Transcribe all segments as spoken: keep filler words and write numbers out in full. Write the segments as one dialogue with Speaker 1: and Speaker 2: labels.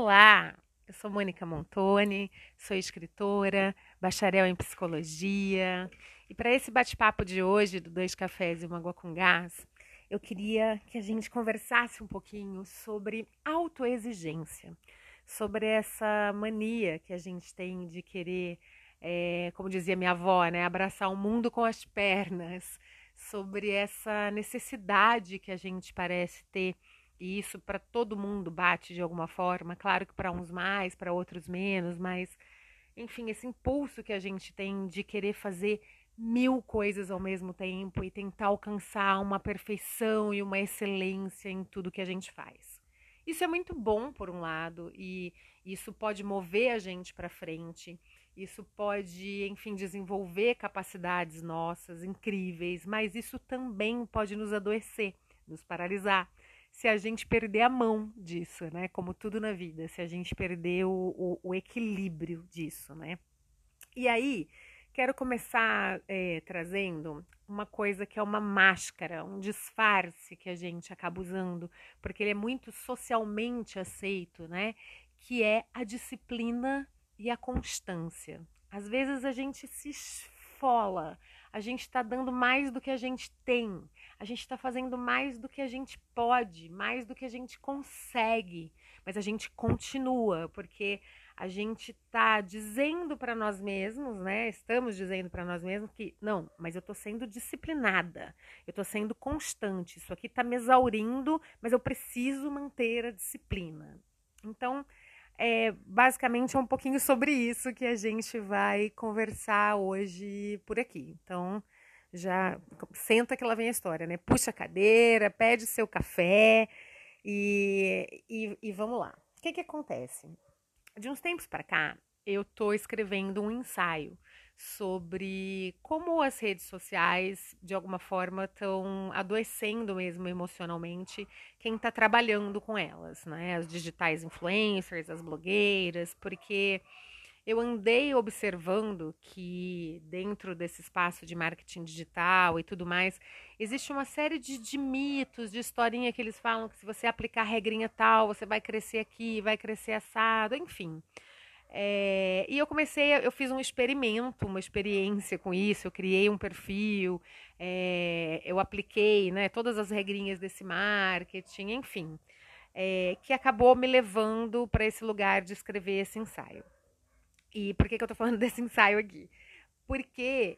Speaker 1: Olá, eu sou Mônica Montoni, sou escritora, bacharel em psicologia. E para esse bate-papo de hoje, do Dois Cafés e uma Água com Gás, eu queria que a gente conversasse um pouquinho sobre autoexigência, sobre essa mania que a gente tem de querer, é, como dizia minha avó, né, abraçar o mundo com as pernas, sobre essa necessidade que a gente parece ter, e isso para todo mundo bate de alguma forma, claro que para uns mais, para outros menos, mas enfim, esse impulso que a gente tem de querer fazer mil coisas ao mesmo tempo e tentar alcançar uma perfeição e uma excelência em tudo que a gente faz. Isso é muito bom, por um lado, e isso pode mover a gente para frente, isso pode, enfim, desenvolver capacidades nossas incríveis, mas isso também pode nos adoecer, nos paralisar, se a gente perder a mão disso, né? Como tudo na vida, se a gente perder o, o, o equilíbrio disso, né? E aí, quero começar é, trazendo uma coisa que é uma máscara, um disfarce que a gente acaba usando, porque ele é muito socialmente aceito, né? Que é a disciplina e a constância. Às vezes a gente se esfola, a gente está dando mais do que a gente tem, a gente está fazendo mais do que a gente pode, mais do que a gente consegue, mas a gente continua, porque a gente está dizendo para nós mesmos, né? Estamos dizendo para nós mesmos que não, mas eu estou sendo disciplinada, eu estou sendo constante, isso aqui está me exaurindo, mas eu preciso manter a disciplina. Então, é, basicamente é um pouquinho sobre isso que a gente vai conversar hoje por aqui. Então, já senta que lá vem a história, né? Puxa a cadeira, pede seu café e, e, e vamos lá. O que que acontece? De uns tempos para cá, eu estou escrevendo um ensaio sobre como as redes sociais, de alguma forma, estão adoecendo mesmo emocionalmente quem está trabalhando com elas, né? As digitais influencers, as blogueiras, porque eu andei observando que dentro desse espaço de marketing digital e tudo mais, existe uma série de, de mitos, de historinha que eles falam que se você aplicar a regrinha tal, você vai crescer aqui, vai crescer assado, enfim. É, e eu comecei, eu fiz um experimento, uma experiência com isso, eu criei um perfil, é, eu apliquei, né, todas as regrinhas desse marketing, enfim, é, que acabou me levando para esse lugar de escrever esse ensaio. E por que, que eu tô falando desse ensaio aqui? Porque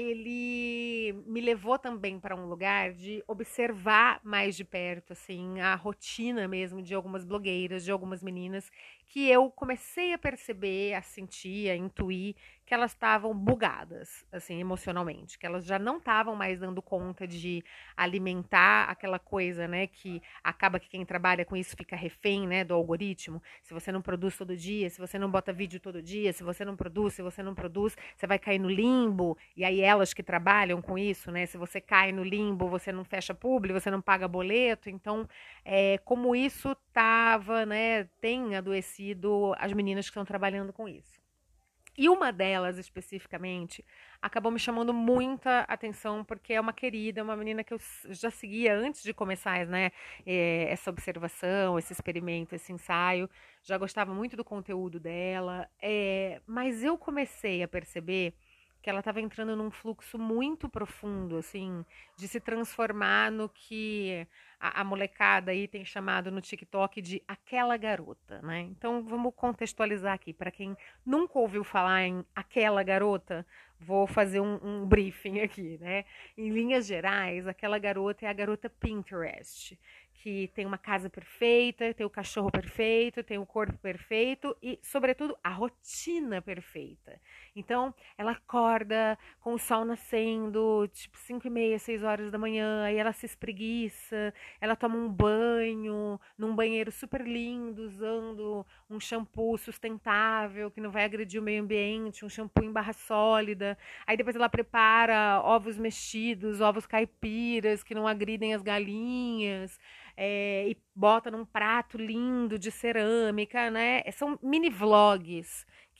Speaker 1: ele me levou também para um lugar de observar mais de perto, assim, a rotina mesmo de algumas blogueiras, de algumas meninas, que eu comecei a perceber, a sentir, a intuir que elas estavam bugadas, assim, emocionalmente, que elas já não estavam mais dando conta de alimentar aquela coisa, né, que acaba que quem trabalha com isso fica refém, né, do algoritmo. Se você não produz todo dia, se você não bota vídeo todo dia, se você não produz, se você não produz, você vai cair no limbo. E aí elas que trabalham com isso, né, se você cai no limbo, você não fecha publi, você não paga boleto. Então, é, como isso tava, né, tem adoecido as meninas que estão trabalhando com isso. E uma delas, especificamente, acabou me chamando muita atenção, porque é uma querida, é uma menina que eu já seguia antes de começar, né, essa observação, esse experimento, esse ensaio. Já gostava muito do conteúdo dela, é, mas eu comecei a perceber que ela estava entrando num fluxo muito profundo, assim, de se transformar no que a, a molecada aí tem chamado no TikTok de aquela garota, né? Então vamos contextualizar aqui para quem nunca ouviu falar em aquela garota. Vou fazer um, um briefing aqui, né? Em linhas gerais, aquela garota é a garota Pinterest, que tem uma casa perfeita, tem o cachorro perfeito, tem o corpo perfeito e, sobretudo, a rotina perfeita. Então, ela acorda com o sol nascendo, tipo cinco e meia, seis horas da manhã, aí ela se espreguiça, ela toma um banho num banheiro super lindo, usando um shampoo sustentável, que não vai agredir o meio ambiente, um shampoo em barra sólida. Aí depois ela prepara ovos mexidos, ovos caipiras, que não agridem as galinhas, é, e bota num prato lindo de cerâmica, né? São mini vlogs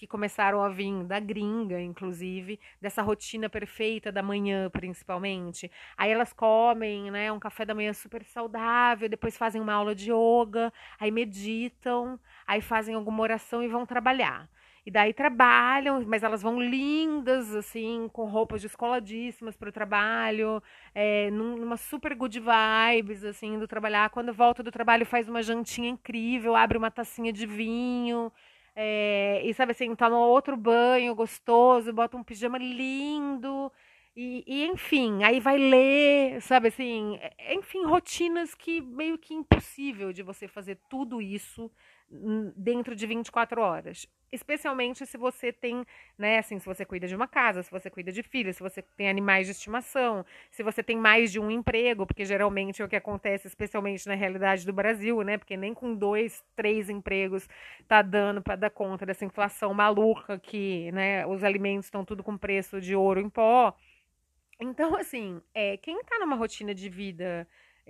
Speaker 1: que começaram a vir da gringa, inclusive, dessa rotina perfeita da manhã, principalmente. Aí elas comem, né, um café da manhã super saudável, depois fazem uma aula de yoga, aí meditam, aí fazem alguma oração e vão trabalhar. E daí trabalham, mas elas vão lindas, assim, com roupas descoladíssimas para o trabalho, é, num- numa super good vibes, assim, do trabalhar. Quando volta do trabalho, faz uma jantinha incrível, abre uma tacinha de vinho, é, e sabe assim, toma outro banho gostoso, bota um pijama lindo, e, e, enfim, aí vai ler, sabe assim, é- enfim, rotinas que meio que impossível de você fazer tudo isso hum, dentro de vinte e quatro horas. Especialmente se você tem, né, assim, se você cuida de uma casa, se você cuida de filhos, se você tem animais de estimação, se você tem mais de um emprego, porque geralmente é o que acontece, especialmente na realidade do Brasil, né? Porque nem com dois, três empregos tá dando para dar conta dessa inflação maluca que, né, os alimentos estão tudo com preço de ouro em pó. Então, assim, é, quem tá numa rotina de vida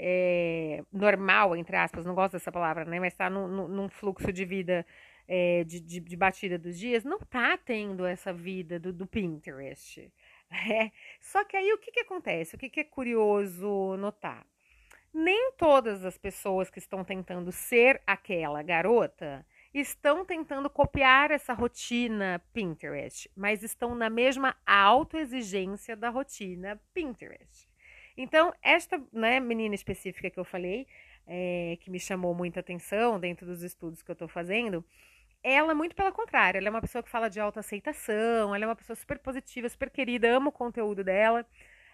Speaker 1: é, normal, entre aspas, não gosto dessa palavra, né? Mas tá num, num- num fluxo de vida é, de, de, de batida dos dias, não tá tendo essa vida do, do Pinterest. É. Só que aí o que, que acontece? O que, que é curioso notar? Nem todas as pessoas que estão tentando ser aquela garota estão tentando copiar essa rotina Pinterest, mas estão na mesma autoexigência da rotina Pinterest. Então, esta, né, menina específica que eu falei, é, que me chamou muita atenção dentro dos estudos que eu estou fazendo, ela, muito pelo contrário, ela é uma pessoa que fala de autoaceitação, ela é uma pessoa super positiva, super querida, amo o conteúdo dela.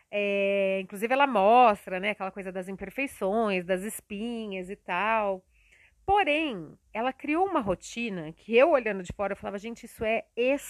Speaker 1: É, inclusive ela mostra, né, aquela coisa das imperfeições, das espinhas e tal. Porém, ela criou uma rotina que eu, olhando de fora, eu falava, gente, isso é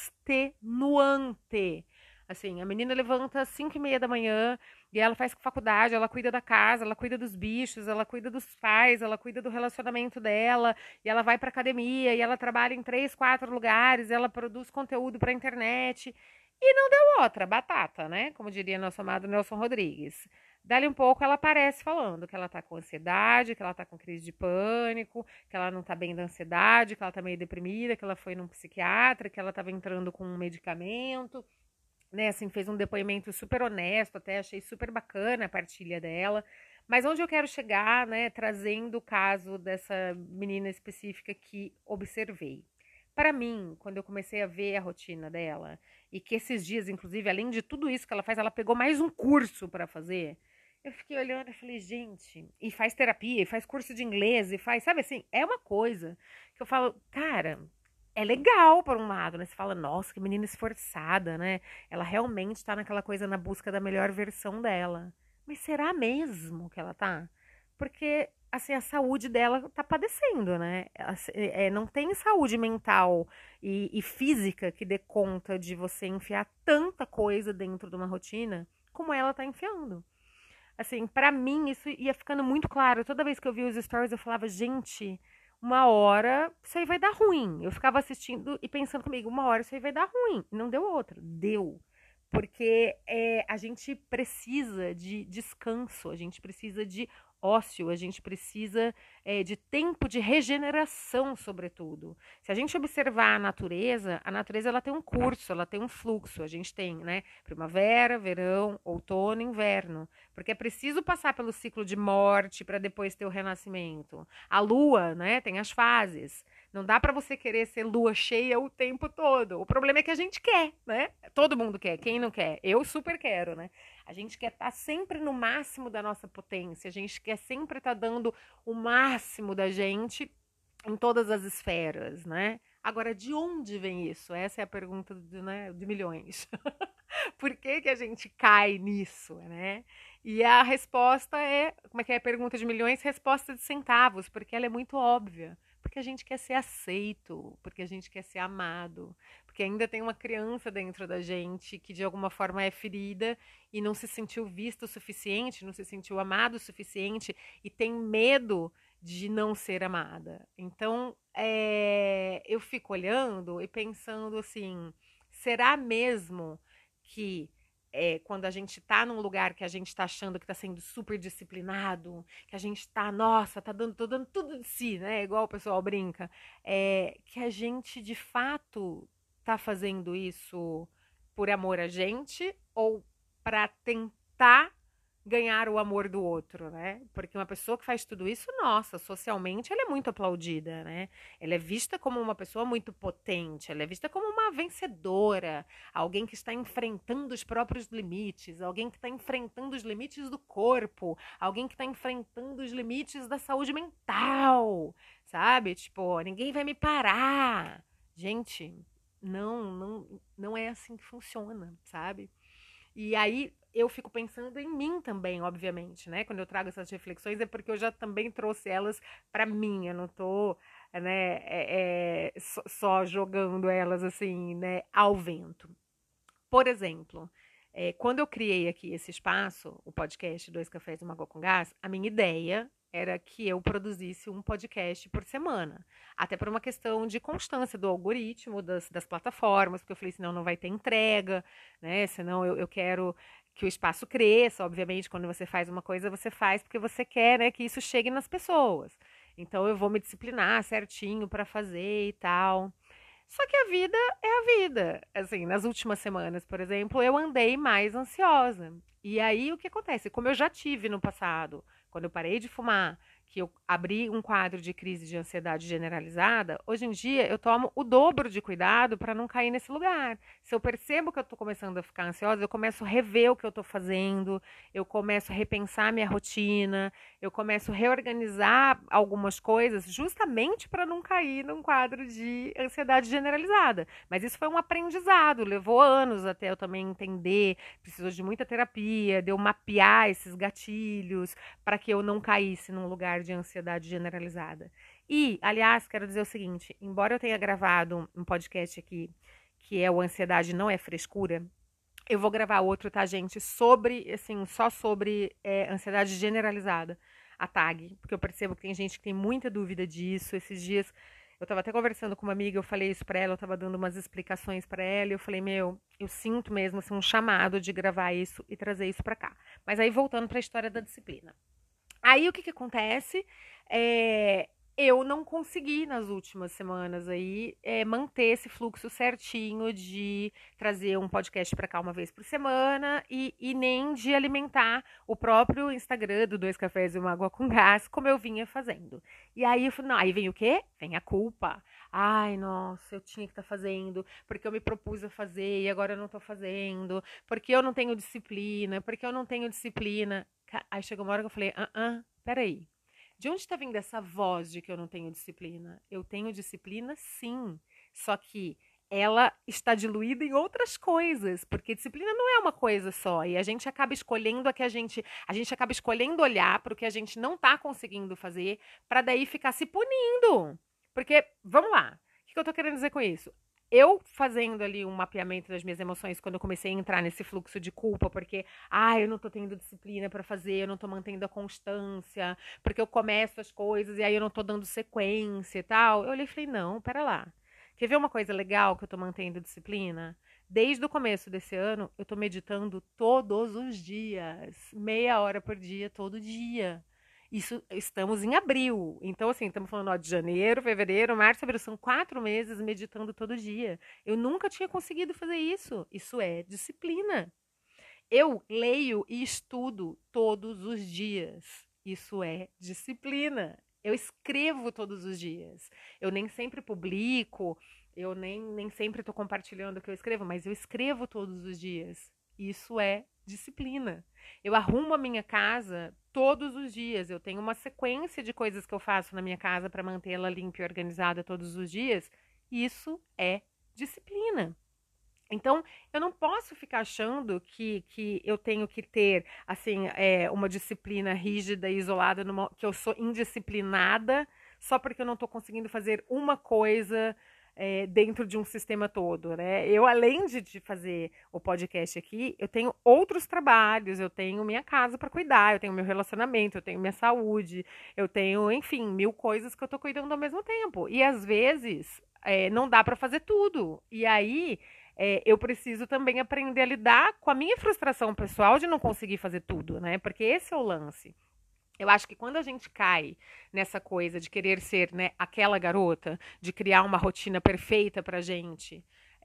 Speaker 1: extenuante. Assim, a menina levanta às cinco e meia da manhã e ela faz faculdade, ela cuida da casa, ela cuida dos bichos, ela cuida dos pais, ela cuida do relacionamento dela, e ela vai pra academia, e ela trabalha em três, quatro lugares, ela produz conteúdo pra internet. E não deu outra, batata, né? Como diria nosso amado Nelson Rodrigues. Dali um pouco ela aparece falando que ela tá com ansiedade, que ela tá com crise de pânico, que ela não tá bem da ansiedade, que ela tá meio deprimida, que ela foi num psiquiatra, que ela tava entrando com um medicamento, né? Assim, fez um depoimento super honesto, até achei super bacana a partilha dela. Mas onde eu quero chegar, né, trazendo o caso dessa menina específica que observei. Para mim, quando eu comecei a ver a rotina dela, e que esses dias, inclusive, além de tudo isso que ela faz, ela pegou mais um curso para fazer. Eu fiquei olhando e falei, gente, e faz terapia, e faz curso de inglês, e faz, sabe assim, é uma coisa que eu falo, cara, é legal por um lado, né? Você fala, nossa, que menina esforçada, né? Ela realmente tá naquela coisa na busca da melhor versão dela. Mas será mesmo que ela tá? Porque, assim, a saúde dela tá padecendo, né? Ela, é, não tem saúde mental e, e física que dê conta de você enfiar tanta coisa dentro de uma rotina como ela tá enfiando. Assim, pra mim, isso ia ficando muito claro. Toda vez que eu via os stories, eu falava, gente, uma hora isso aí vai dar ruim. Eu ficava assistindo e pensando comigo, uma hora isso aí vai dar ruim. Não deu outra. Deu. Porque é, a gente precisa de descanso, a gente precisa de ócio, a gente precisa é, de tempo de regeneração, sobretudo. Se a gente observar a natureza, a natureza ela tem um curso, ela tem um fluxo. A gente tem, né, primavera, verão, outono, inverno. Porque é preciso passar pelo ciclo de morte para depois ter o renascimento. A lua, né, tem as fases. Não dá para você querer ser lua cheia o tempo todo. O problema é que a gente quer, né? Todo mundo quer. Quem não quer? Eu super quero, né? A gente quer estar sempre no máximo da nossa potência. A gente quer sempre estar dando o máximo da gente em todas as esferas, né? Agora, de onde vem isso? Essa é a pergunta de, né, de milhões. Por que, que a gente cai nisso, né? E a resposta é, como é que é a pergunta de milhões? Resposta de centavos, porque ela é muito óbvia. Porque a gente quer ser aceito, porque a gente quer ser amado, porque ainda tem uma criança dentro da gente que de alguma forma é ferida e não se sentiu visto o suficiente, não se sentiu amado o suficiente e tem medo de não ser amada. Então, é, eu fico olhando e pensando assim, será mesmo que é, quando a gente tá num lugar que a gente tá achando que tá sendo super disciplinado, que a gente tá, nossa, tá dando, tô dando tudo de si, né? Igual o pessoal brinca, é, que a gente de fato tá fazendo isso por amor a gente ou para tentar ganhar o amor do outro, né? Porque uma pessoa que faz tudo isso, nossa, socialmente ela é muito aplaudida, né? Ela é vista como uma pessoa muito potente, ela é vista como uma vencedora, alguém que está enfrentando os próprios limites, alguém que está enfrentando os limites do corpo, alguém que está enfrentando os limites da saúde mental, sabe? Tipo, ninguém vai me parar. Gente, não, não, não é assim que funciona, sabe? E aí eu fico pensando em mim também, obviamente, né? Quando eu trago essas reflexões é porque eu já também trouxe elas para mim. Eu não tô, né, é, é, só, só jogando elas assim, né, ao vento. Por exemplo, é, quando eu criei aqui esse espaço, o podcast Dois Cafés e uma Água com Gás, a minha ideia era que eu produzisse um podcast por semana. Até por uma questão de constância do algoritmo, das, das plataformas, porque eu falei, senão não vai ter entrega, né? Senão eu, eu quero que o espaço cresça. Obviamente, quando você faz uma coisa, você faz porque você quer, né, que isso chegue nas pessoas. Então eu vou me disciplinar certinho para fazer e tal. Só que a vida é a vida. Assim, nas últimas semanas, por exemplo, eu andei mais ansiosa. E aí o que acontece? Como eu já tive no passado, quando eu parei de fumar, que eu abri um quadro de crise de ansiedade generalizada, hoje em dia eu tomo o dobro de cuidado para não cair nesse lugar. Se eu percebo que eu estou começando a ficar ansiosa, eu começo a rever o que eu estou fazendo, eu começo a repensar minha rotina, eu começo a reorganizar algumas coisas justamente para não cair num quadro de ansiedade generalizada. Mas isso foi um aprendizado, levou anos até eu também entender, precisou de muita terapia, de eu mapear esses gatilhos para que eu não caísse num lugar de ansiedade generalizada. E, aliás, quero dizer o seguinte, embora eu tenha gravado um podcast aqui, que é o Ansiedade Não é Frescura, eu vou gravar outro, tá, gente? Sobre, assim, só sobre é, ansiedade generalizada, a tag, porque eu percebo que tem gente que tem muita dúvida disso. Esses dias, eu tava até conversando com uma amiga, eu falei isso pra ela, eu tava dando umas explicações pra ela, e eu falei, meu, eu sinto mesmo, assim, um chamado de gravar isso e trazer isso pra cá. Mas aí, voltando pra história da disciplina. Aí, o que que acontece? É, eu não consegui nas últimas semanas aí é, manter esse fluxo certinho de trazer um podcast para cá uma vez por semana e, e nem de alimentar o próprio Instagram do Dois Cafés e uma Água com Gás, como eu vinha fazendo. E aí eu falei, não, aí vem o quê? Vem a culpa. Ai, nossa, eu tinha que estar tá fazendo, porque eu me propus a fazer e agora eu não estou fazendo, porque eu não tenho disciplina, porque eu não tenho disciplina. Aí chegou uma hora que eu falei, ah, ah, peraí. De onde está vindo essa voz de que eu não tenho disciplina? Eu tenho disciplina, sim. Só que ela está diluída em outras coisas, porque disciplina não é uma coisa só. E a gente acaba escolhendo a que a gente, a gente acaba escolhendo olhar para o que a gente não está conseguindo fazer, para daí ficar se punindo. Porque, vamos lá, o que eu estou querendo dizer com isso? Eu fazendo ali um mapeamento das minhas emoções quando eu comecei a entrar nesse fluxo de culpa, porque, ah, eu não tô tendo disciplina para fazer, eu não tô mantendo a constância, porque eu começo as coisas e aí eu não tô dando sequência e tal. Eu olhei e falei, não, pera lá. Quer ver uma coisa legal que eu tô mantendo disciplina? Desde o começo desse ano, eu tô meditando todos os dias, meia hora por dia, todo dia. Isso, estamos em abril. Então, assim, estamos falando ó, de janeiro, fevereiro, março, abril. São quatro meses meditando todo dia. Eu nunca tinha conseguido fazer isso. Isso é disciplina. Eu leio e estudo todos os dias. Isso é disciplina. Eu escrevo todos os dias. Eu nem sempre publico, eu nem, nem sempre estou compartilhando o que eu escrevo, mas eu escrevo todos os dias. Isso é disciplina. Eu arrumo a minha casa todos os dias. Eu tenho uma sequência de coisas que eu faço na minha casa para mantê-la limpa e organizada todos os dias. Isso é disciplina. Então, eu não posso ficar achando que, que eu tenho que ter, assim, é, uma disciplina rígida e isolada, numa, que eu sou indisciplinada só porque eu não estou conseguindo fazer uma coisa é, dentro de um sistema todo, né? Eu, além de, de fazer o podcast aqui, eu tenho outros trabalhos, eu tenho minha casa para cuidar, eu tenho meu relacionamento, eu tenho minha saúde, eu tenho, enfim, mil coisas que eu estou cuidando ao mesmo tempo. E, às vezes, é, não dá para fazer tudo. E aí... É, eu preciso também aprender a lidar com a minha frustração pessoal de não conseguir fazer tudo, né? Porque esse é o lance. Eu acho que quando a gente cai nessa coisa de querer ser, né, aquela garota, de criar uma rotina perfeita pra gente,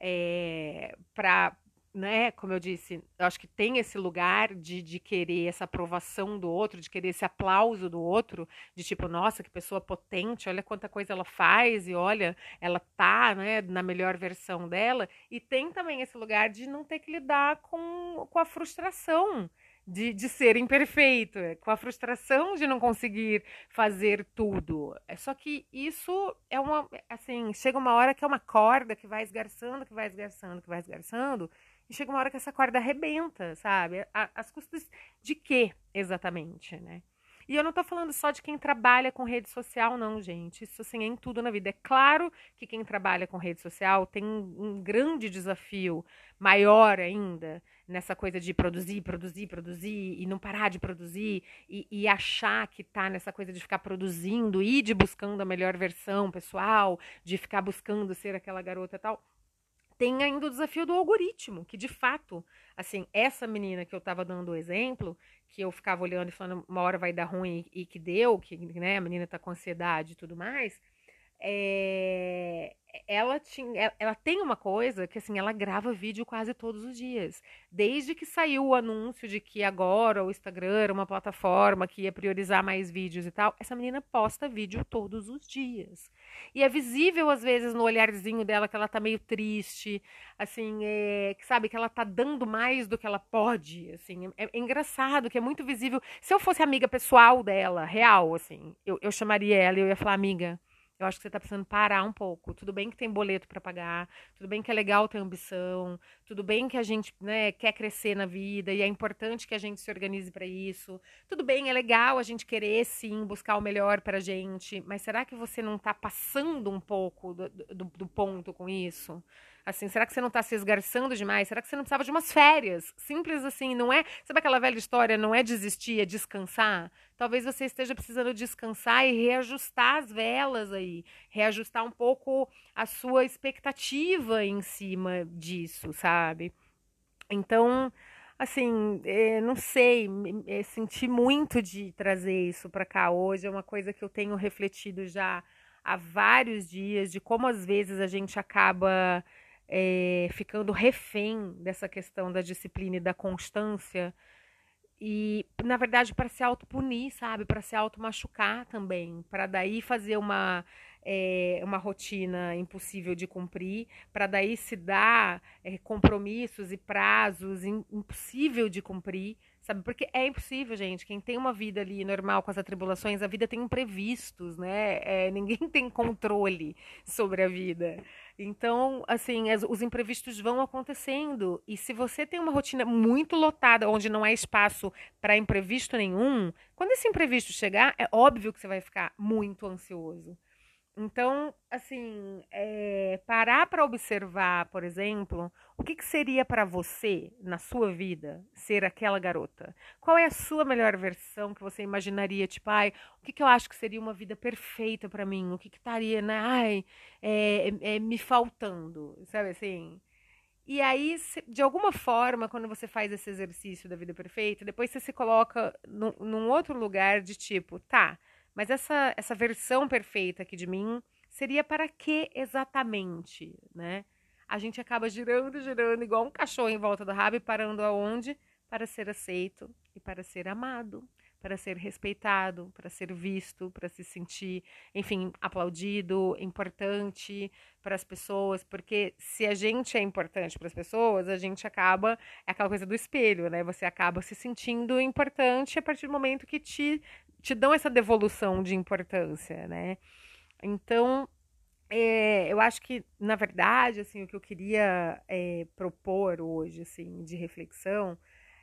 Speaker 1: é, para, né, como eu disse, eu acho que tem esse lugar de, de querer essa aprovação do outro, de querer esse aplauso do outro, de tipo, nossa, que pessoa potente, olha quanta coisa ela faz e olha, ela tá, né, na melhor versão dela. E tem também esse lugar de não ter que lidar com, com a frustração de, de ser imperfeito, com a frustração de não conseguir fazer tudo. É só que isso é uma, assim, chega uma hora que é uma corda que vai esgarçando, que vai esgarçando, que vai esgarçando, e chega uma hora que essa corda arrebenta, sabe? A- As custas de quê, exatamente, né? E eu não tô falando só de quem trabalha com rede social, não, gente. Isso, assim, é em tudo na vida. É claro que quem trabalha com rede social tem um um grande desafio, maior ainda, nessa coisa de produzir, produzir, produzir, e não parar de produzir, e, e achar que tá nessa coisa de ficar produzindo e de buscando a melhor versão pessoal, de ficar buscando ser aquela garota e tal. Tem ainda o desafio do algoritmo, que de fato, assim, essa menina que eu estava dando o exemplo, que eu ficava olhando e falando uma hora vai dar ruim e, e que deu, que, né, a menina tá com ansiedade e tudo mais, é, ela tinha, ela tem uma coisa que assim, ela grava vídeo quase todos os dias. Desde que saiu o anúncio de que agora o Instagram era uma plataforma que ia priorizar mais vídeos e tal, essa menina posta vídeo todos os dias. E é visível às vezes no olharzinho dela que ela tá meio triste, assim, é, que sabe que ela tá dando mais do que ela pode, assim, é, é engraçado que é muito visível. Se eu fosse amiga pessoal dela, real, assim, eu, eu chamaria ela e eu ia falar, amiga, eu acho que você tá precisando parar um pouco. Tudo bem que tem boleto para pagar, tudo bem que é legal ter ambição, tudo bem que a gente, né, quer crescer na vida e é importante que a gente se organize para isso. Tudo bem, é legal a gente querer sim buscar o melhor pra gente, mas será que você não tá passando um pouco do, do, do ponto com isso? Assim, será que você não tá se esgarçando demais? Será que você não precisava de umas férias? Simples assim, não é? Sabe aquela velha história, não é desistir, é descansar? Talvez você esteja precisando descansar e reajustar as velas aí, reajustar um pouco a sua expectativa em cima disso, sabe? Então, assim, eh, não sei, me- eh, senti muito de trazer isso para cá hoje. É uma coisa que eu tenho refletido já há vários dias, de como às vezes a gente acaba eh, ficando refém dessa questão da disciplina e da constância e, na verdade, para se autopunir, sabe? Para se automachucar também. Para daí fazer uma, é, uma rotina impossível de cumprir. Para daí se dar é, compromissos e prazos im- impossível de cumprir. Sabe? Porque é impossível, gente. Quem tem uma vida ali normal com as atribulações, a vida tem imprevistos, né? É, ninguém tem controle sobre a vida. Então, assim, as- os imprevistos vão acontecendo. E se você tem uma rotina muito lotada, onde não há espaço para imprevisto nenhum, quando esse imprevisto chegar, é óbvio que você vai ficar muito ansioso. Então, assim, é, parar para observar, por exemplo, o que, que seria para você, na sua vida, ser aquela garota? Qual é a sua melhor versão que você imaginaria? Tipo, ai, o que, que eu acho que seria uma vida perfeita para mim? O que, que estaria, né? Ai, é, é, é, me faltando, sabe assim? E aí, se- de alguma forma, quando você faz esse exercício da vida perfeita, depois você se coloca num, num outro lugar de tipo, tá, mas essa, essa versão perfeita aqui de mim seria para quê exatamente, né? A gente acaba girando, girando, igual um cachorro em volta do rabo e parando aonde? Para ser aceito e para ser amado, para ser respeitado, para ser visto, para se sentir, enfim, aplaudido, importante, para as pessoas, porque se a gente é importante para as pessoas, a gente acaba, é aquela coisa do espelho, né? Você acaba se sentindo importante a partir do momento que te, te dão essa devolução de importância, né? Então, é, eu acho que, na verdade, assim, o que eu queria é, propor hoje, assim, de reflexão,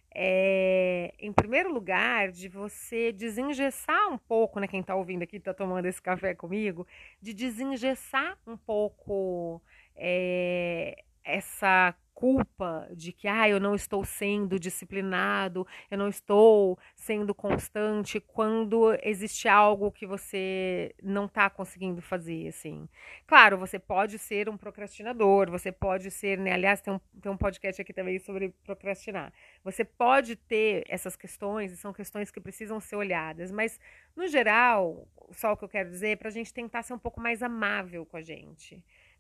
Speaker 1: é, em primeiro lugar, de você desengessar um pouco, né? Quem está ouvindo aqui, está tomando esse café comigo, de desengessar um pouco é, essa culpa de que ah, eu não estou sendo disciplinado, eu não estou sendo constante quando existe algo que você não está conseguindo fazer, assim. Claro, você pode ser um procrastinador, você pode ser, né? Aliás, tem um, tem um podcast aqui também sobre procrastinar. Você pode ter essas questões, e são questões que precisam ser olhadas, mas, no geral, só o que eu quero dizer é para a gente tentar ser um pouco mais amável com a gente.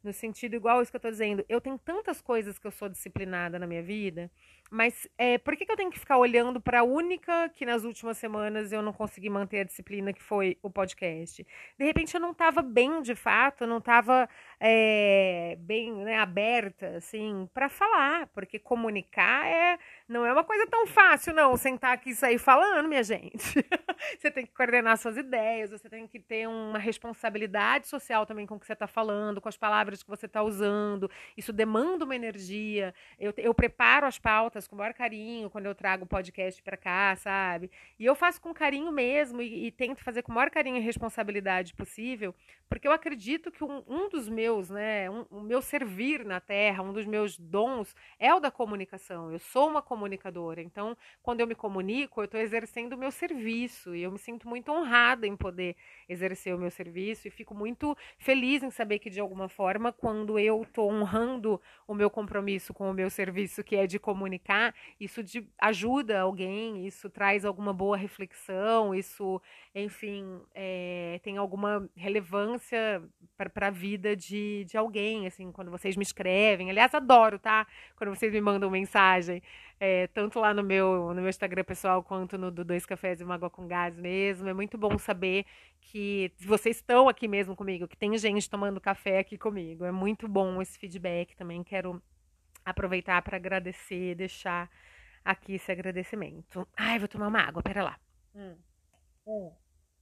Speaker 1: No sentido igual isso que eu tô dizendo, eu tenho tantas coisas que eu sou disciplinada na minha vida, mas é, por que, que eu tenho que ficar olhando para a única que nas últimas semanas eu não consegui manter a disciplina, que foi o podcast? De repente eu não estava bem de fato, eu não estava é, bem, né, aberta assim para falar, porque comunicar é não é uma coisa tão fácil, não, sentar aqui e sair falando, minha gente. Você tem que coordenar suas ideias, você tem que ter uma responsabilidade social também com o que você está falando, com as palavras que você está usando. Isso demanda uma energia. Eu, eu preparo as pautas com o maior carinho quando eu trago o podcast para cá, sabe? E eu faço com carinho mesmo e, e tento fazer com o maior carinho e responsabilidade possível, porque eu acredito que um, um dos meus, né, um, o meu servir na Terra, um dos meus dons é o da comunicação. Eu sou uma comunicadora, então quando eu me comunico, eu estou exercendo o meu serviço e eu me sinto muito honrada em poder exercer o meu serviço e fico muito feliz em saber que, de alguma forma, quando eu estou honrando o meu compromisso com o meu serviço, que é de comunicar, isso de, ajuda alguém, isso traz alguma boa reflexão, isso, enfim, é, tem alguma relevância para a vida de, de alguém, assim, quando vocês me escrevem. Aliás, adoro, tá? Quando vocês me mandam mensagem. É, tanto lá no meu, no meu Instagram pessoal quanto no do Dois Cafés e uma Água com Gás mesmo. É muito bom saber que vocês estão aqui mesmo comigo, que tem gente tomando café aqui comigo. É muito bom esse feedback também. Quero aproveitar para agradecer, deixar aqui esse agradecimento. Ai, vou tomar uma água, pera lá. Hum, hum.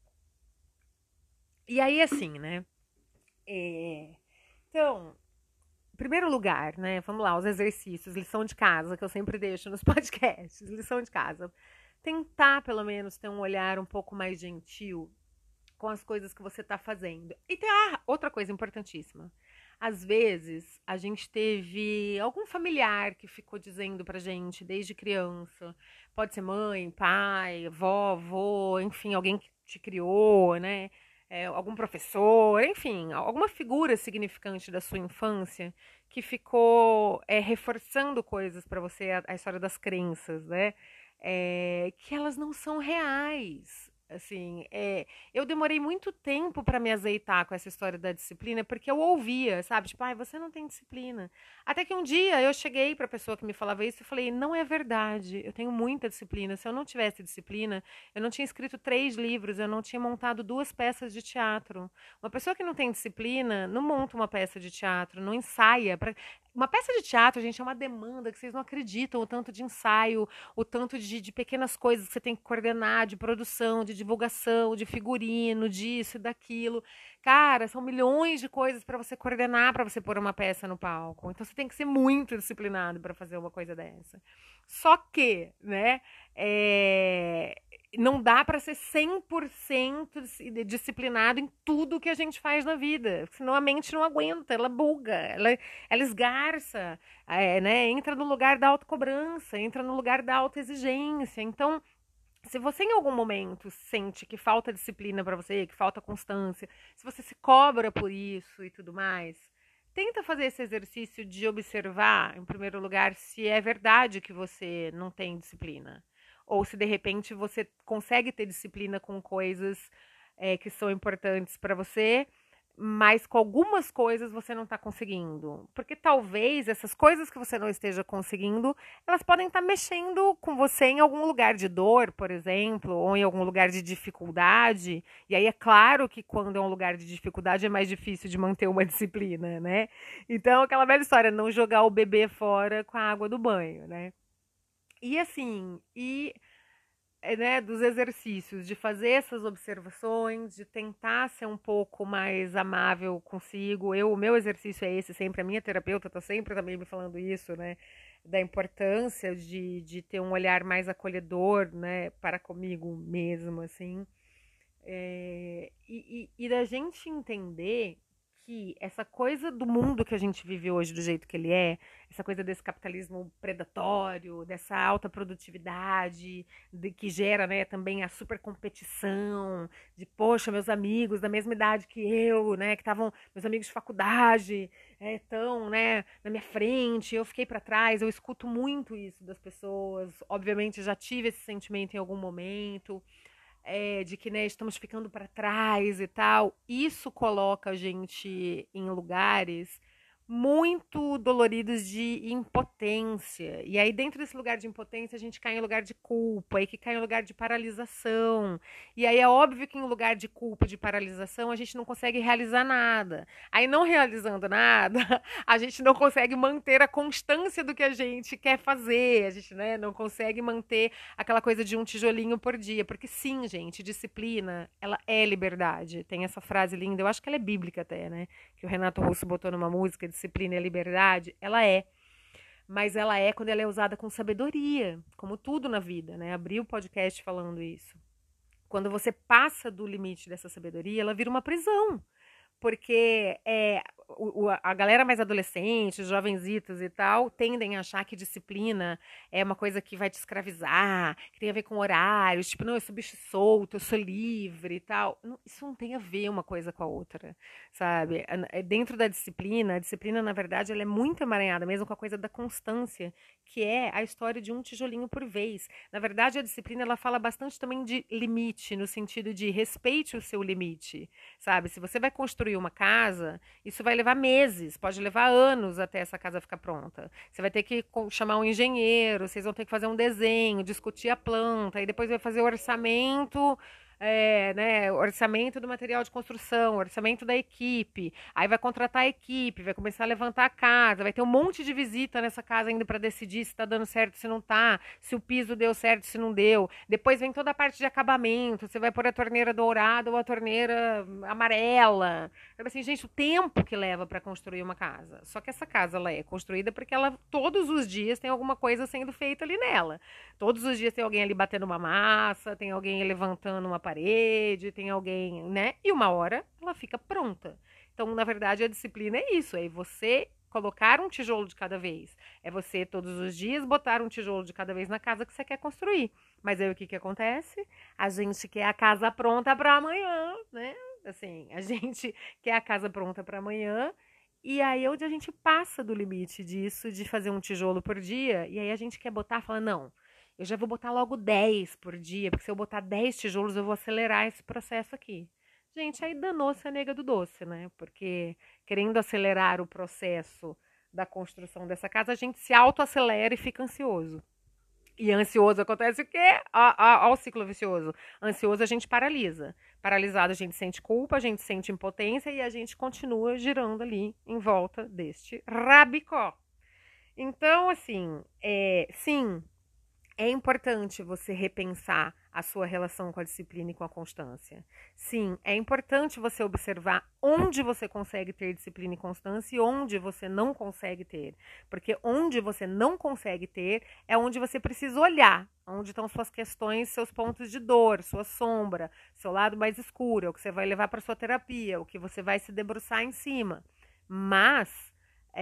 Speaker 1: E aí, assim, né? É, então, em primeiro lugar, né? Vamos lá, os exercícios, lição de casa, que eu sempre deixo nos podcasts, lição de casa. Tentar, pelo menos, ter um olhar um pouco mais gentil com as coisas que você está fazendo. E tem ah, outra coisa importantíssima. Às vezes, a gente teve algum familiar que ficou dizendo pra gente desde criança. Pode ser mãe, pai, vó, avô, enfim, alguém que te criou, né? É, algum professor, enfim, alguma figura significante da sua infância que ficou é, reforçando coisas pra você, a, a história das crenças, né? É, que elas não são reais. Assim, é, eu demorei muito tempo para me azeitar com essa história da disciplina, porque eu ouvia, sabe? Tipo, ai, você não tem disciplina. Até que um dia eu cheguei para a pessoa que me falava isso e falei: não é verdade, eu tenho muita disciplina. Se eu não tivesse disciplina, eu não tinha escrito três livros, eu não tinha montado duas peças de teatro. Uma pessoa que não tem disciplina não monta uma peça de teatro, não ensaia. Pra... Uma peça de teatro, gente, é uma demanda que vocês não acreditam, o tanto de ensaio, o tanto de, de pequenas coisas que você tem que coordenar, de produção, de divulgação, de figurino, disso e daquilo. Cara, são milhões de coisas para você coordenar, para você pôr uma peça no palco. Então você tem que ser muito disciplinado para fazer uma coisa dessa. Só que, né, é, não dá para ser cem por cento disciplinado em tudo que a gente faz na vida, senão a mente não aguenta, ela buga, ela, ela esgarça, é, né, entra no lugar da autocobrança, entra no lugar da autoexigência. Então, se você em algum momento sente que falta disciplina para você, que falta constância, se você se cobra por isso e tudo mais, tenta fazer esse exercício de observar, em primeiro lugar, se é verdade que você não tem disciplina. Ou se de repente você consegue ter disciplina com coisas é, que são importantes para você, mas com algumas coisas você não está conseguindo. Porque talvez essas coisas que você não esteja conseguindo, elas podem estar mexendo com você em algum lugar de dor, por exemplo, ou em algum lugar de dificuldade. E aí é claro que quando é um lugar de dificuldade é mais difícil de manter uma disciplina, né? Então, aquela velha história, não jogar o bebê fora com a água do banho, né? E assim, e é, né, dos exercícios, de fazer essas observações, de tentar ser um pouco mais amável consigo. Eu, o meu exercício é esse sempre, a minha terapeuta está sempre também me falando isso, né, da importância de, de ter um olhar mais acolhedor, né, para comigo mesmo, assim. É, e, e, e da gente entender que essa coisa do mundo que a gente vive hoje do jeito que ele é, essa coisa desse capitalismo predatório, dessa alta produtividade, de, que gera, né, também a super competição, de, poxa, meus amigos da mesma idade que eu, né, que estavam, meus amigos de faculdade, estão, é, né, na minha frente, eu fiquei para trás, eu escuto muito isso das pessoas, obviamente já tive esse sentimento em algum momento, é, de que, né, estamos ficando para trás e tal, isso coloca a gente em lugares muito doloridos de impotência. E aí, dentro desse lugar de impotência, a gente cai em lugar de culpa, aí que cai em lugar de paralisação. E aí é óbvio que em lugar de culpa, de paralisação, a gente não consegue realizar nada. Aí, não realizando nada, a gente não consegue manter a constância do que a gente quer fazer. A gente, né, não consegue manter aquela coisa de um tijolinho por dia. Porque sim, gente, disciplina, ela é liberdade. Tem essa frase linda, eu acho que ela é bíblica até, né? Que o Renato Russo botou numa música, disciplina é liberdade. Ela é. Mas ela é quando ela é usada com sabedoria, como tudo na vida, né? Abri o podcast falando isso. Quando você passa do limite dessa sabedoria, ela vira uma prisão. Porque é, o, o, a galera mais adolescente, os jovenzitos e tal, tendem a achar que disciplina é uma coisa que vai te escravizar, que tem a ver com horários, tipo, não, eu sou bicho solto, eu sou livre e tal. Não, isso não tem a ver uma coisa com a outra, sabe? É, dentro da disciplina, a disciplina, na verdade, ela é muito emaranhada, mesmo com a coisa da constância, que é a história de um tijolinho por vez. Na verdade, a disciplina, ela fala bastante também de limite, no sentido de respeite o seu limite, sabe? Se você vai construir uma casa, isso vai levar meses, pode levar anos até essa casa ficar pronta. Você vai ter que chamar um engenheiro, vocês vão ter que fazer um desenho, discutir a planta, e depois vai fazer o orçamento, é, né, orçamento do material de construção, orçamento da equipe, aí vai contratar a equipe, vai começar a levantar a casa, vai ter um monte de visita nessa casa ainda para decidir se está dando certo, se não está, se o piso deu certo, se não deu. Depois vem toda a parte de acabamento, você vai pôr a torneira dourada ou a torneira amarela. Assim, gente, o tempo que leva para construir uma casa. Só que essa casa ela é construída porque ela todos os dias tem alguma coisa sendo feita ali nela. Todos os dias tem alguém ali batendo uma massa, tem alguém levantando uma parede, tem alguém, né? E uma hora ela fica pronta. Então, na verdade, a disciplina é isso, é você colocar um tijolo de cada vez. É você, todos os dias, botar um tijolo de cada vez na casa que você quer construir. Mas aí o que que acontece? A gente quer a casa pronta para amanhã, né? Assim, a gente quer a casa pronta para amanhã. E aí é onde a gente passa do limite disso, de fazer um tijolo por dia. E aí a gente quer botar, fala, não, eu já vou botar logo dez por dia, porque se eu botar dez tijolos, eu vou acelerar esse processo aqui. Gente, aí danou-se a nega do doce, né? Porque querendo acelerar o processo da construção dessa casa, a gente se autoacelera e fica ansioso. E ansioso acontece o quê? Olha o ciclo vicioso. Ansioso a gente paralisa. Paralisado a gente sente culpa, a gente sente impotência e a gente continua girando ali em volta deste rabicó. Então, assim, é, sim, é importante você repensar a sua relação com a disciplina e com a constância. Sim, é importante você observar onde você consegue ter disciplina e constância e onde você não consegue ter. Porque onde você não consegue ter é onde você precisa olhar, onde estão suas questões, seus pontos de dor, sua sombra, seu lado mais escuro, é o que você vai levar para sua terapia, o que você vai se debruçar em cima. Mas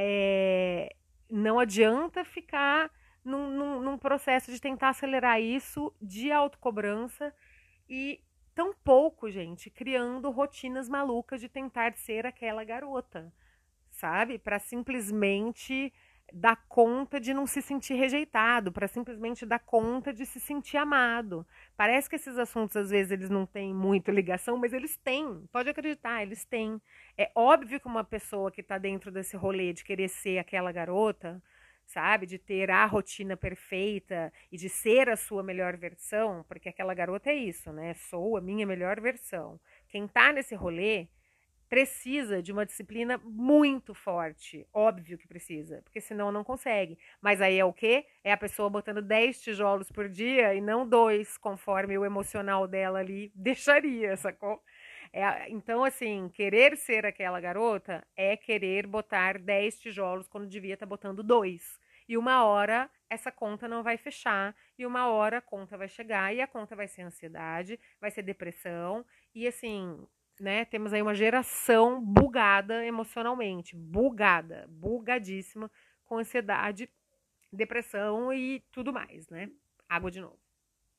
Speaker 1: é, não adianta ficar Num, num, num processo de tentar acelerar isso de autocobrança e tampouco, gente, criando rotinas malucas de tentar ser aquela garota, sabe? Para simplesmente dar conta de não se sentir rejeitado, para simplesmente dar conta de se sentir amado. Parece que esses assuntos, às vezes, eles não têm muito ligação, mas eles têm. Pode acreditar, eles têm. É óbvio que uma pessoa que está dentro desse rolê de querer ser aquela garota, sabe, de ter a rotina perfeita e de ser a sua melhor versão, porque aquela garota é isso, né? Sou a minha melhor versão. Quem tá nesse rolê precisa de uma disciplina muito forte, óbvio que precisa, porque senão não consegue. Mas aí é o quê? É a pessoa botando dez tijolos por dia e não dois, conforme o emocional dela ali deixaria, sacou? É, então, assim, querer ser aquela garota é querer botar dez tijolos quando devia estar botando dois. E uma hora essa conta não vai fechar, e uma hora a conta vai chegar, e a conta vai ser ansiedade, vai ser depressão, e assim, né, temos aí uma geração bugada emocionalmente, bugada, bugadíssima, com ansiedade, depressão e tudo mais, né? Água de novo.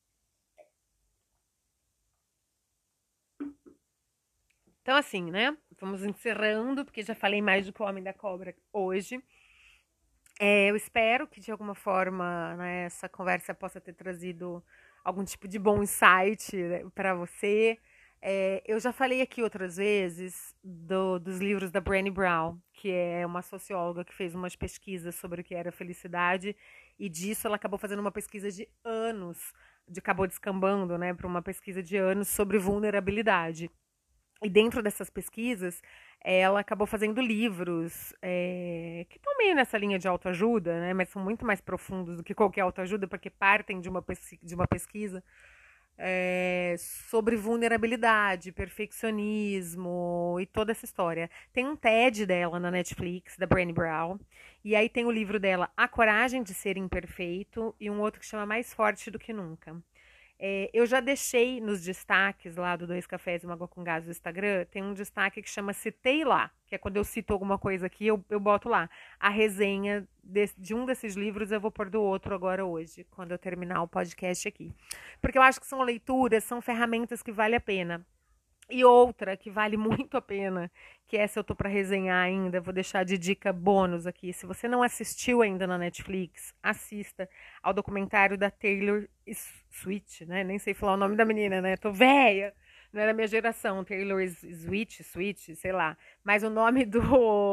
Speaker 1: Então, assim, né? Vamos encerrando, porque já falei mais do que o Homem da Cobra hoje. É, eu espero que, de alguma forma, né, essa conversa possa ter trazido algum tipo de bom insight, né, para você. É, eu já falei aqui outras vezes do- dos livros da Brené Brown, que é uma socióloga que fez umas pesquisas sobre o que era felicidade, e disso ela acabou fazendo uma pesquisa de anos, de, acabou descambando, né, para uma pesquisa de anos sobre vulnerabilidade. E dentro dessas pesquisas, ela acabou fazendo livros é, que estão meio nessa linha de autoajuda, né, mas são muito mais profundos do que qualquer autoajuda, porque partem de uma, pesqui- de uma pesquisa é, sobre vulnerabilidade, perfeccionismo e toda essa história. Tem um TED dela na Netflix, da Brené Brown, e aí tem o livro dela, A Coragem de Ser Imperfeito, e um outro que chama Mais Forte do que Nunca. É, eu já deixei nos destaques lá do Dois Cafés e uma Água com Gás do Instagram, tem um destaque que chama Citei Lá, que é quando eu cito alguma coisa aqui, eu, eu boto lá. A resenha de, de um desses livros eu vou pôr do outro agora hoje, quando eu terminar o podcast aqui. Porque eu acho que são leituras, são ferramentas que vale a pena. E outra que vale muito a pena, que essa eu tô para resenhar ainda, vou deixar de dica bônus aqui. Se você não assistiu ainda na Netflix, assista ao documentário da Taylor Swift, né? Nem sei falar o nome da menina, né? Tô velha, não é da minha geração, Taylor Swift, Swift, sei lá. Mas o nome do,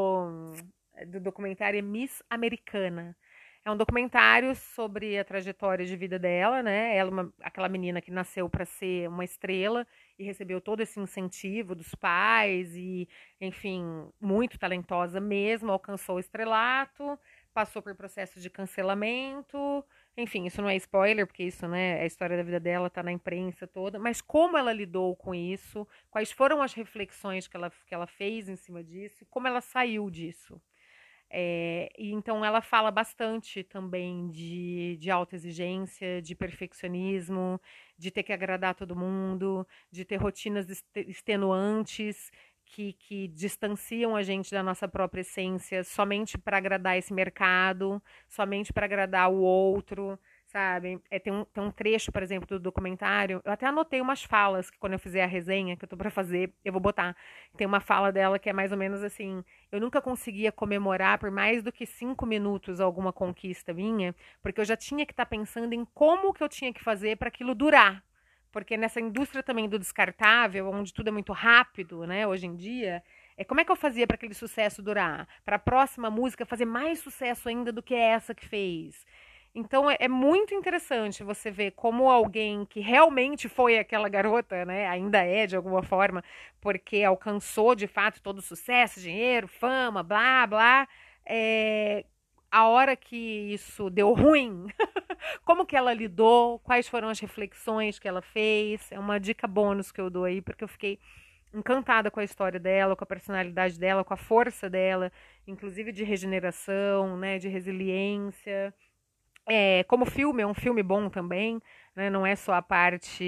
Speaker 1: do documentário é Miss Americana. É um documentário sobre a trajetória de vida dela, né? Ela, uma, aquela menina que nasceu para ser uma estrela e recebeu todo esse incentivo dos pais e, enfim, muito talentosa mesmo, alcançou o estrelato, passou por processo de cancelamento, enfim, isso não é spoiler, porque isso, né, é a história da vida dela, tá na imprensa toda, mas como ela lidou com isso, quais foram as reflexões que ela, que ela fez em cima disso, como ela saiu disso. É, e então ela fala bastante também de, de autoexigência, de perfeccionismo, de ter que agradar todo mundo, de ter rotinas extenuantes que, que distanciam a gente da nossa própria essência somente para agradar esse mercado, somente para agradar o outro, sabe? É, tem, um, tem um trecho, por exemplo, do documentário. Eu até anotei umas falas que quando eu fizer a resenha, que eu tô para fazer, eu vou botar. Tem uma fala dela que é mais ou menos assim: eu nunca conseguia comemorar por mais do que cinco minutos alguma conquista minha, porque eu já tinha que estar tá pensando em como que eu tinha que fazer para aquilo durar. Porque nessa indústria também do descartável, onde tudo é muito rápido, né, hoje em dia, é como é que eu fazia para aquele sucesso durar? Para a próxima música fazer mais sucesso ainda do que essa que fez. Então é, é muito interessante você ver como alguém que realmente foi aquela garota, né, ainda é de alguma forma, porque alcançou de fato todo o sucesso, dinheiro, fama, blá, blá, é, a hora que isso deu ruim, como que ela lidou, quais foram as reflexões que ela fez, é uma dica bônus que eu dou aí, porque eu fiquei encantada com a história dela, com a personalidade dela, com a força dela, inclusive de regeneração, né, de resiliência. É, como filme, é um filme bom também, né? Não é só a parte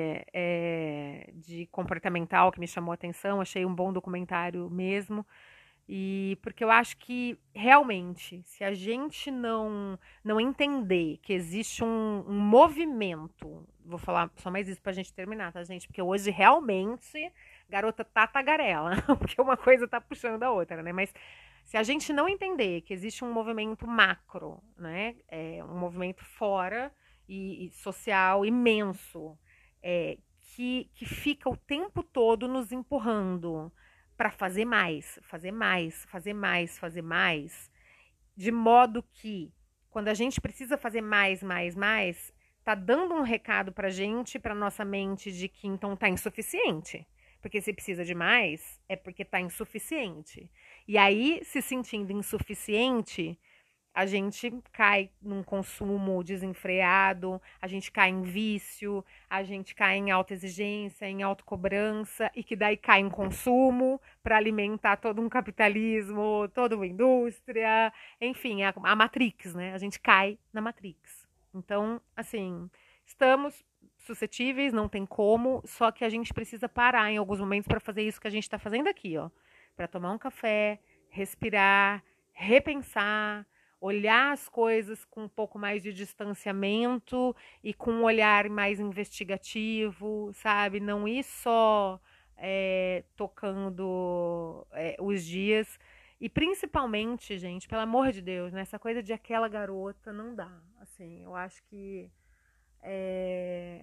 Speaker 1: é, de comportamental que me chamou a atenção, achei um bom documentário mesmo. E porque eu acho que realmente, se a gente não não entender que existe um, um movimento, vou falar só mais isso pra gente terminar, tá, gente? Porque hoje realmente garota tá tagarela, porque uma coisa tá puxando a outra, né? Mas se a gente não entender que existe um movimento macro, né, é, um movimento fora e, e social imenso, é, que, que fica o tempo todo nos empurrando para fazer mais, fazer mais, fazer mais, fazer mais, de modo que quando a gente precisa fazer mais, mais, mais, tá dando um recado pra gente, pra nossa mente, de que então tá insuficiente. Porque se precisa de mais, é porque tá insuficiente. E aí, se sentindo insuficiente, a gente cai num consumo desenfreado, a gente cai em vício, a gente cai em alta exigência, em autocobrança, e que daí cai em consumo para alimentar todo um capitalismo, toda uma indústria, enfim, a, a Matrix, né? A gente cai na Matrix. Então, assim, estamos suscetíveis, não tem como, só que a gente precisa parar em alguns momentos para fazer isso que a gente está fazendo aqui, ó, para tomar um café, respirar, repensar, olhar as coisas com um pouco mais de distanciamento e com um olhar mais investigativo, sabe? Não ir só é, tocando é, os dias. E principalmente, gente, pelo amor de Deus, né? Essa coisa de aquela garota não dá. Assim, eu acho que é,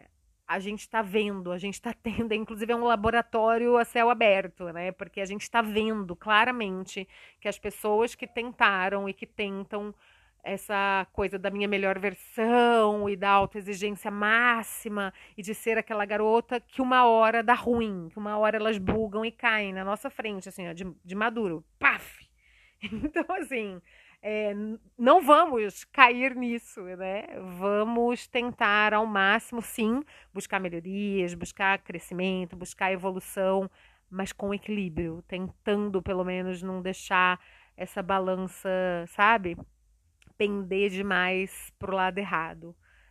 Speaker 1: a gente está vendo, a gente está tendo, inclusive é um laboratório a céu aberto, né? Porque a gente está vendo claramente que as pessoas que tentaram e que tentam essa coisa da minha melhor versão e da autoexigência máxima e de ser aquela garota que uma hora dá ruim, que uma hora elas bugam e caem na nossa frente, assim, ó, de, de maduro. Paf! Então, assim, é, não vamos cair nisso, né? Vamos tentar ao máximo, sim, buscar melhorias, buscar crescimento, buscar evolução, mas com equilíbrio, tentando pelo menos não deixar essa balança, sabe, pender demais pro lado errado.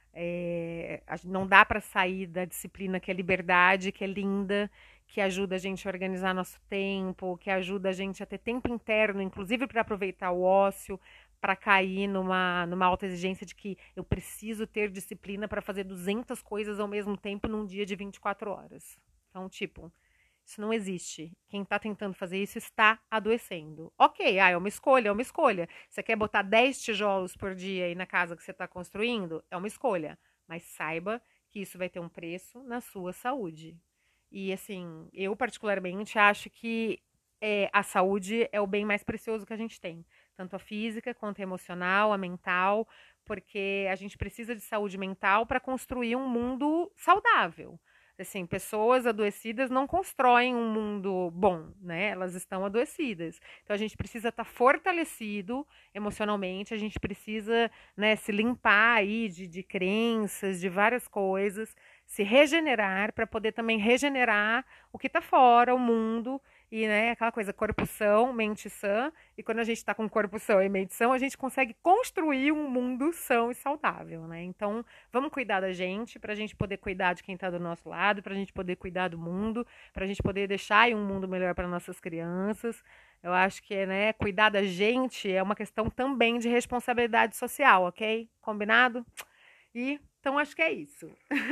Speaker 1: É, não dá para sair da disciplina que é liberdade, que é linda, que ajuda a gente a organizar nosso tempo, que ajuda a gente a ter tempo interno, inclusive para aproveitar o ócio, para cair numa, numa alta exigência de que eu preciso ter disciplina para fazer duzentas coisas ao mesmo tempo num dia de vinte e quatro horas. Então, tipo, isso não existe. Quem está tentando fazer isso está adoecendo. Ok, ah, é uma escolha, é uma escolha. Você quer botar dez tijolos por dia aí na casa que você está construindo? É uma escolha. Mas saiba que isso vai ter um preço na sua saúde. E assim, eu particularmente acho que é, a saúde é o bem mais precioso que a gente tem. Tanto a física quanto a emocional, a mental, porque a gente precisa de saúde mental para construir um mundo saudável. Assim, pessoas adoecidas não constroem um mundo bom, né? Elas estão adoecidas. Então a gente precisa estar fortalecido emocionalmente, a gente precisa, né, se limpar aí de, de crenças, de várias coisas, se regenerar para poder também regenerar o que está fora, o mundo. E, né, aquela coisa, corpo são, mente sã. E quando a gente está com corpo são e mente sã, a gente consegue construir um mundo são e saudável, né? Então, vamos cuidar da gente, para a gente poder cuidar de quem está do nosso lado, para a gente poder cuidar do mundo, para a gente poder deixar aí um mundo melhor para nossas crianças. Eu acho que, né, cuidar da gente é uma questão também de responsabilidade social, ok? Combinado? E então acho que é isso.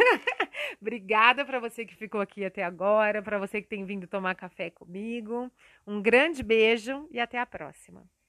Speaker 1: Obrigada para você que ficou aqui até agora, para você que tem vindo tomar café comigo. Um grande beijo e até a próxima.